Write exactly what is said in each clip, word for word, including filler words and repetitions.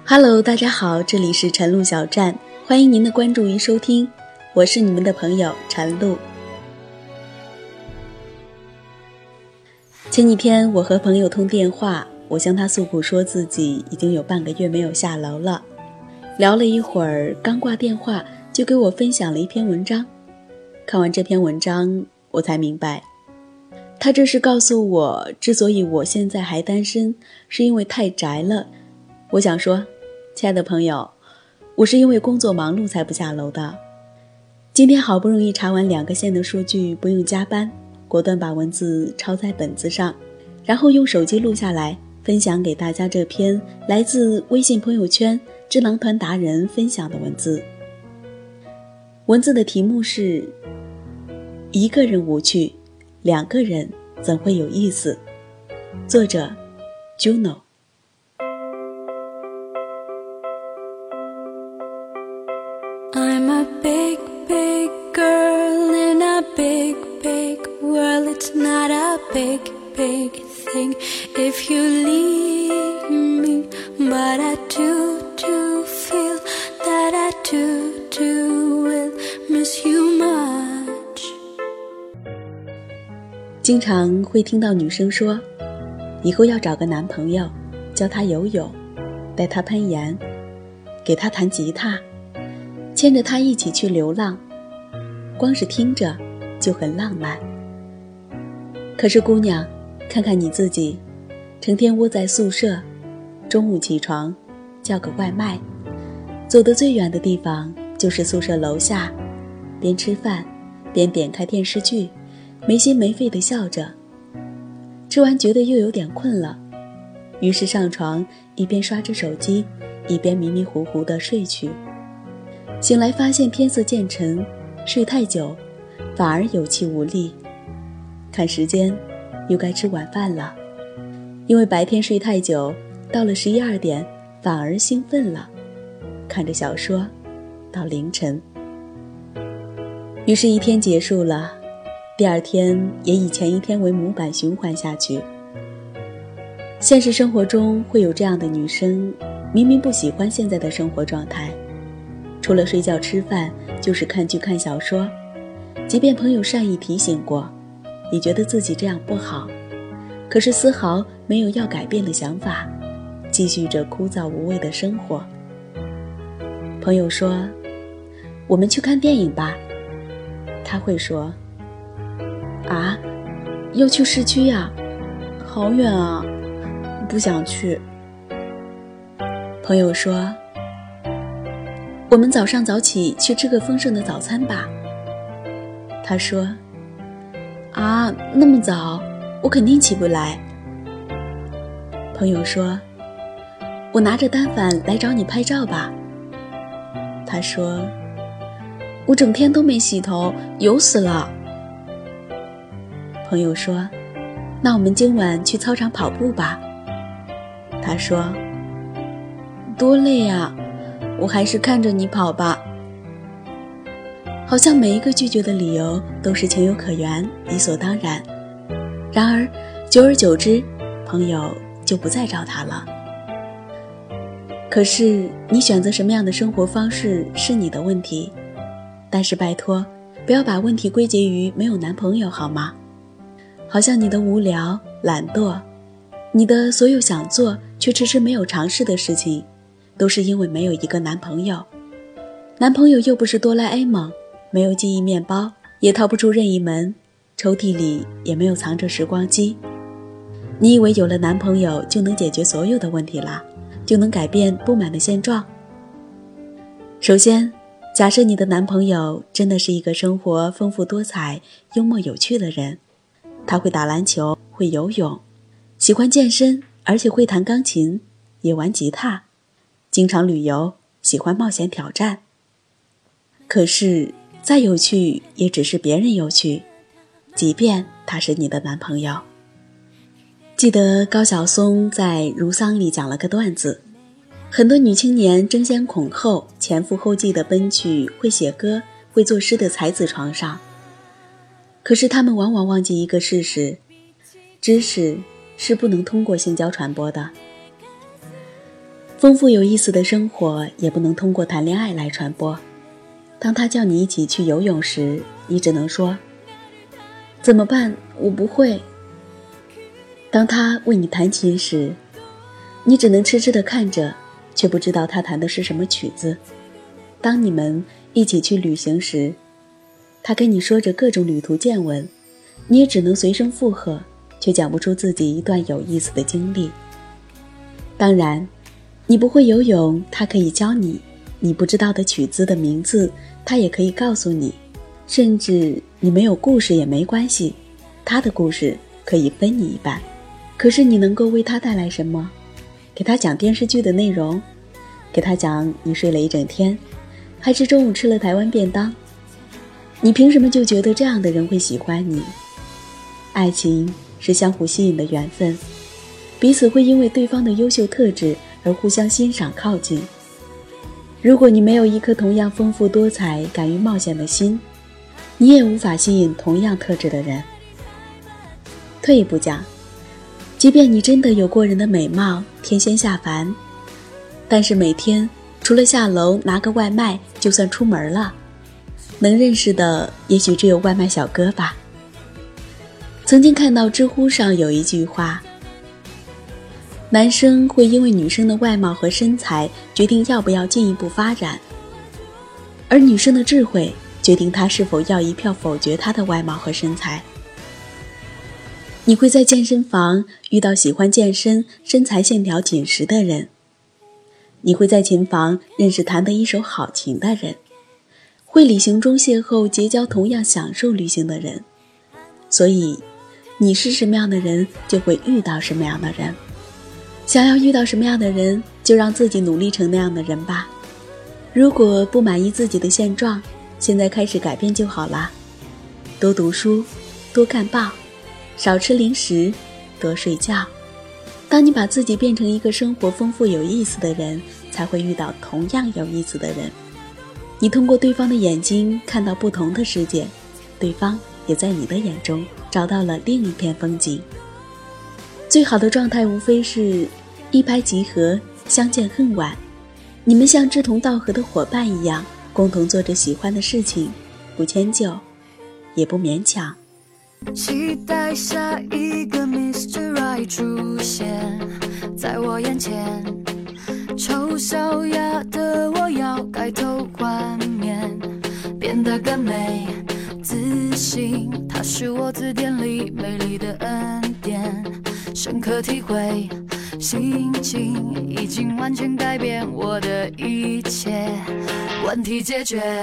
Hello， 大家好，这里是晨露小站，欢迎您的关注与收听，我是你们的朋友晨露。前几天我和朋友通电话，我向他诉苦说自己已经有半个月没有下楼了。聊了一会儿，刚挂电话就给我分享了一篇文章。看完这篇文章，我才明白，他这是告诉我，之所以我现在还单身，是因为太宅了。我想说，亲爱的朋友，我是因为工作忙碌才不下楼的。今天好不容易查完两个县的数据，不用加班，果断把文字抄在本子上，然后用手机录下来，分享给大家这篇来自微信朋友圈智囊团达人分享的文字。文字的题目是：一个人无趣，两个人怎会有意思？作者 Juno。I'm a big, big girl in a big, big world. It's not a big, big thing if you leave me, but I do, do feel that I do, do will miss you much. 经常会听到女生说，以后要找个男朋友，教他游泳，带他攀岩，给他弹吉他，牵着他一起去流浪，光是听着就很浪漫。可是姑娘，看看你自己，成天窝在宿舍，中午起床叫个外卖，走得最远的地方就是宿舍楼下，边吃饭边点开电视剧，没心没肺地笑着。吃完觉得又有点困了，于是上床一边刷着手机，一边迷迷糊糊地睡去。醒来发现天色渐沉，睡太久反而有气无力。看时间又该吃晚饭了，因为白天睡太久，到了十一二点反而兴奋了，看着小说到凌晨。于是一天结束了，第二天也以前一天为模板循环下去。现实生活中会有这样的女生，明明不喜欢现在的生活状态，除了睡觉吃饭就是看剧看小说，即便朋友善意提醒过，也觉得自己这样不好，可是丝毫没有要改变的想法，继续着枯燥无味的生活。朋友说，我们去看电影吧，他会说，啊，要去市区呀，好远啊，不想去。朋友说，我们早上早起去吃个丰盛的早餐吧。他说，啊，那么早，我肯定起不来。朋友说，我拿着单反来找你拍照吧。他说，我整天都没洗头，油死了。朋友说，那我们今晚去操场跑步吧。他说，多累啊，我还是看着你跑吧。好像每一个拒绝的理由都是情有可原，理所当然。然而久而久之，朋友就不再找他了。可是你选择什么样的生活方式是你的问题，但是拜托，不要把问题归结于没有男朋友好吗？好像你的无聊、懒惰，你的所有想做却迟迟没有尝试的事情，都是因为没有一个男朋友。男朋友又不是哆啦 A 梦，没有记忆面包，也逃不出任意门，抽屉里也没有藏着时光机。你以为有了男朋友就能解决所有的问题啦，就能改变不满的现状？首先，假设你的男朋友真的是一个生活丰富多彩、幽默有趣的人，他会打篮球，会游泳，喜欢健身，而且会弹钢琴，也玩吉他，经常旅游，喜欢冒险挑战。可是再有趣也只是别人有趣，即便他是你的男朋友。记得高晓松在《如桑》里讲了个段子，很多女青年争先恐后，前赴后继地奔去会写歌、会作诗的才子床上，可是他们往往忘记一个事实，知识是不能通过性交传播的。 丰富有意思的生活也不能通过谈恋爱来传播。当他叫你一起去游泳时，你只能说怎么办？我不会。当他为你弹琴时，你只能痴痴地看着，却不知道他弹的是什么曲子。当你们一起去旅行时，他跟你说着各种旅途见闻，你也只能随声附和，却讲不出自己一段有意思的经历。当然，你不会游泳，他可以教你；你不知道的曲子的名字，他也可以告诉你。甚至你没有故事也没关系，他的故事可以分你一半。可是你能够为他带来什么？给他讲电视剧的内容？给他讲你睡了一整天，还是中午吃了台湾便当？你凭什么就觉得这样的人会喜欢你？爱情是相互吸引的缘分，彼此会因为对方的优秀特质而互相欣赏靠近。如果你没有一颗同样丰富多彩、敢于冒险的心，你也无法吸引同样特质的人。退一步讲，即便你真的有过人的美貌，天仙下凡，但是每天除了下楼拿个外卖就算出门了，能认识的也许只有外卖小哥吧。曾经看到知乎上有一句话，男生会因为女生的外貌和身材决定要不要进一步发展，而女生的智慧决定她是否要一票否决她的外貌和身材。你会在健身房遇到喜欢健身、身材线条紧实的人，你会在琴房认识弹得一手好琴的人，会旅行中邂逅结交同样享受旅行的人。所以你是什么样的人，就会遇到什么样的人。想要遇到什么样的人，就让自己努力成那样的人吧。如果不满意自己的现状，现在开始改变就好啦。多读书，多看报，少吃零食，多睡觉。当你把自己变成一个生活丰富有意思的人，才会遇到同样有意思的人。你通过对方的眼睛看到不同的世界，对方也在你的眼中找到了另一片风景。最好的状态无非是一拍即合，相见恨晚。你们像志同道合的伙伴一样，共同做着喜欢的事情，不迁就，也不勉强。 期待下一个 Mister Right 出现在我眼前，丑小鸭的我要改头换面，变得更美自信，它是我字典里美丽的恩典，深刻体会心情已经完全改变我的一切，问题解决。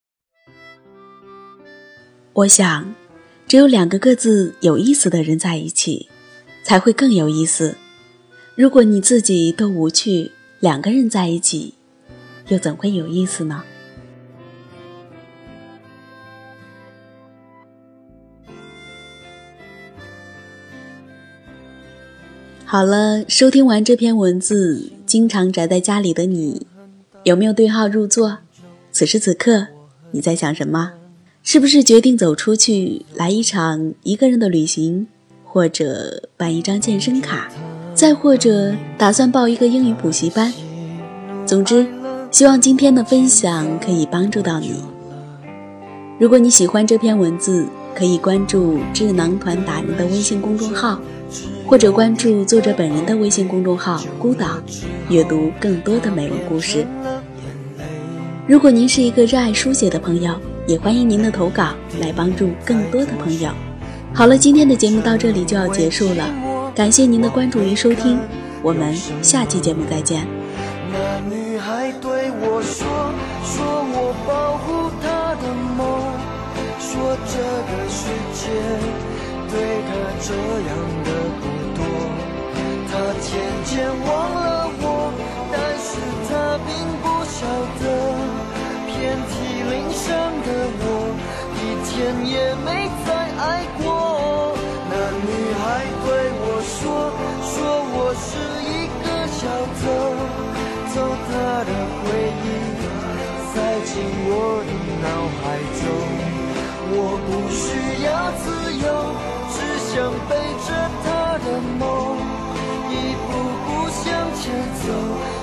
我想只有两个各自有意思的人在一起才会更有意思。如果你自己都无趣，两个人在一起又怎会有意思呢？好了，收听完这篇文字，经常宅在家里的你，有没有对号入座？此时此刻你在想什么？是不是决定走出去，来一场一个人的旅行，或者办一张健身卡，再或者打算报一个英语补习班？总之，希望今天的分享可以帮助到你。如果你喜欢这篇文字，可以关注智囊团达人的微信公众号，或者关注作者本人的微信公众号孤岛，阅读更多的美文故事。如果您是一个热爱书写的朋友，也欢迎您的投稿来帮助更多的朋友。好了，今天的节目到这里就要结束了，感谢您的关注与收听，我们下期节目再见。 那女孩对我说，说我保护她的梦，说这个世界对她这样的不多，她渐渐忘了我，但是她并不晓得，遍体鳞伤的我一天也没再爱过。那女孩对我说，说我是一个小偷，偷她的回忆塞进我的脑海中。我不需要自由，只想背着她的梦，一步步向前走。